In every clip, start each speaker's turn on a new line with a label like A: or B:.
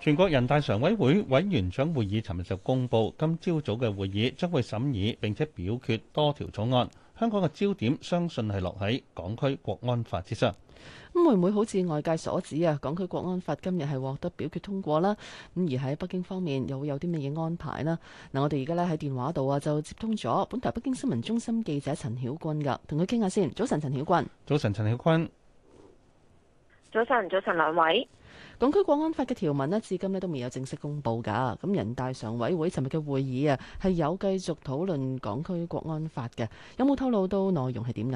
A: 全國人大常委會委員長會議尋日就公佈，今朝早嘅會議將會審議並且表決多條草案。香港嘅焦點相信係落喺港區國安法之上。
B: 咁會唔會好似外界所指啊？港區國安法今日係獲得表決通過啦。咁而喺北京方面又會有啲乜嘢安排呢？嗱，我哋而家咧喺電話度啊，就接通咗本台北京新聞中心記者陳曉君噶，同佢傾下先。早晨，陳曉君。
A: 早晨，陳曉君。
C: 早晨，兩位。
B: 港區國安法嘅條文呢，至今呢都未有正式公佈㗎。咁人大常委會尋日嘅會議啊，係有繼續討論港區國安法嘅，有冇透露到內容係點㗎？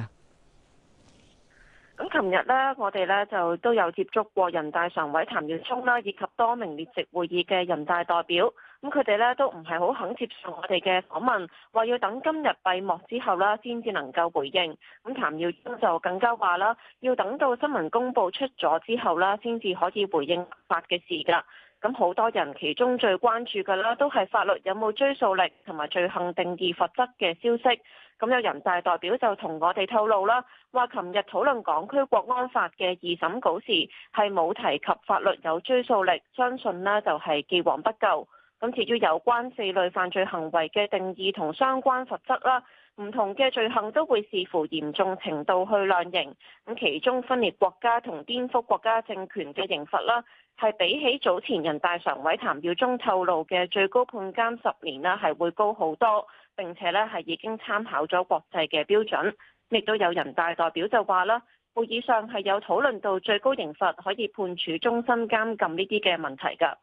C: 咁琴日呢，我哋呢就都有接觸過人大常委譚耀宗啦，以及多名列席會議嘅人大代表。咁佢哋呢都唔係好肯接受我哋嘅訪問，話要等今日閉幕之後啦，先至能夠回應。咁譚耀宗就更加話啦，要等到新聞公佈出咗之後啦，先至可以回應法嘅事㗎。咁好多人其中最關注嘅啦，都係法律有冇追溯力同埋罪行定義罰則嘅消息。咁有人大代表就同我哋透露啦，話琴日討論港區國安法嘅二審稿時係冇提及法律有追溯力，相信呢就係既往不咎。咁至於有關4類犯罪行為嘅定義同相關罰則啦，唔同嘅罪行都會視乎嚴重程度去量刑。咁其中分裂國家同顛覆國家政權嘅刑罰啦，係比起早前人大常委譚耀宗透露嘅最高判監10年啦，係會高好多。並且呢係已經參考咗國際嘅標準。亦都有人大代表就話啦，會議上係有討論到最高刑罰可以判處終身監禁呢啲嘅問題㗎。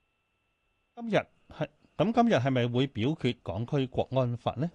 A: 今日係咪會表決港區國安法呢？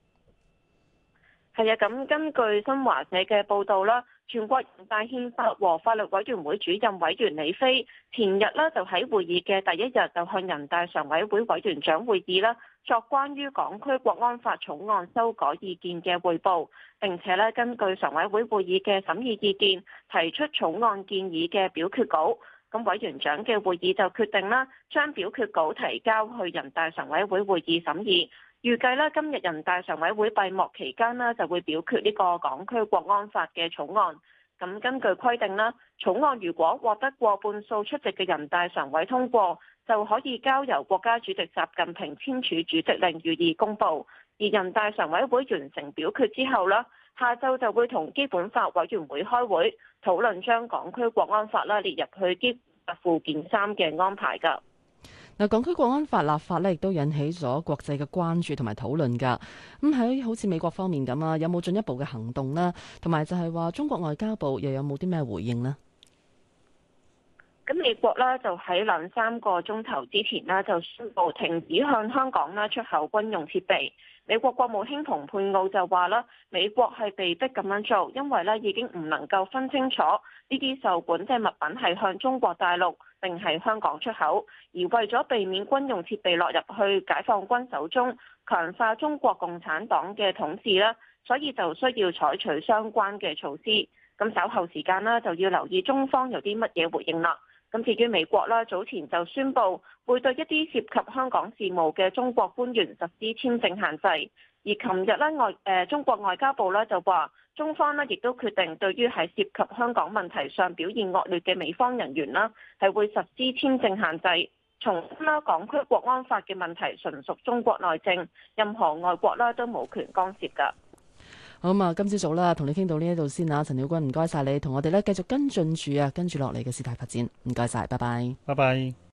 C: 係啊，咁根據新華社嘅報道啦，全國人大憲法和法律委員會主任委員李飛前日呢就喺會議嘅第一日就向人大常委會委員長會議啦作關於港區國安法草案修改意見嘅彙報，並且呢根據常委會會議嘅審議意見提出草案建議嘅表決稿。咁委員長嘅會議就決定啦，將表決稿提交去人大常委會會議審議。預計咧今日人大常委會閉幕期間呢就會表決呢個港區國安法嘅草案。咁根據規定啦，草案如果獲得過半數出席嘅人大常委通過，就可以交由國家主席習近平簽署主席令予以公佈。而人大常委會完成表決之後呢，下晝就會同基本法委員會開會討論將港區國安法啦列入去基本法附件3嘅安排㗎。
B: 嗱，港區國安法立法咧，亦都引起咗國際嘅關注同埋討論㗎。咁喺好似美國方面咁啊，有冇進一步嘅行動呢？同埋就係話中國外交部又有冇啲咩回應呢？
C: 咁美國呢，就喺2-3個鐘頭之前呢，就宣布停止向香港呢出口軍用設備。美國國務卿蓬佩奧就話啦，美國係被逼咁樣做，因為呢已經唔能夠分清楚呢啲受管制物品係向中國大陸定係香港出口，而為咗避免軍用設備落入去解放軍手中，強化中國共產黨嘅統治啦，所以就需要採取相關嘅措施。咁稍後時間呢，就要留意中方有啲乜嘢回應啦。咁至於美國啦，早前就宣布會對一啲涉及香港事務嘅中國官員實施簽證限制。而琴日咧中國外交部咧就話，中方呢亦都決定對於係涉及香港問題上表現惡劣嘅美方人員啦，係會實施簽證限制。重申啦，港區國安法嘅問題純屬中國內政，任何外國啦都冇權干涉㗎。
B: 好啊，今朝早啦，同你傾到呢一度先啊，陳曉君，唔該晒你，同我哋咧繼續跟進住落嚟嘅事態發展，唔該晒，拜拜。
A: 拜拜。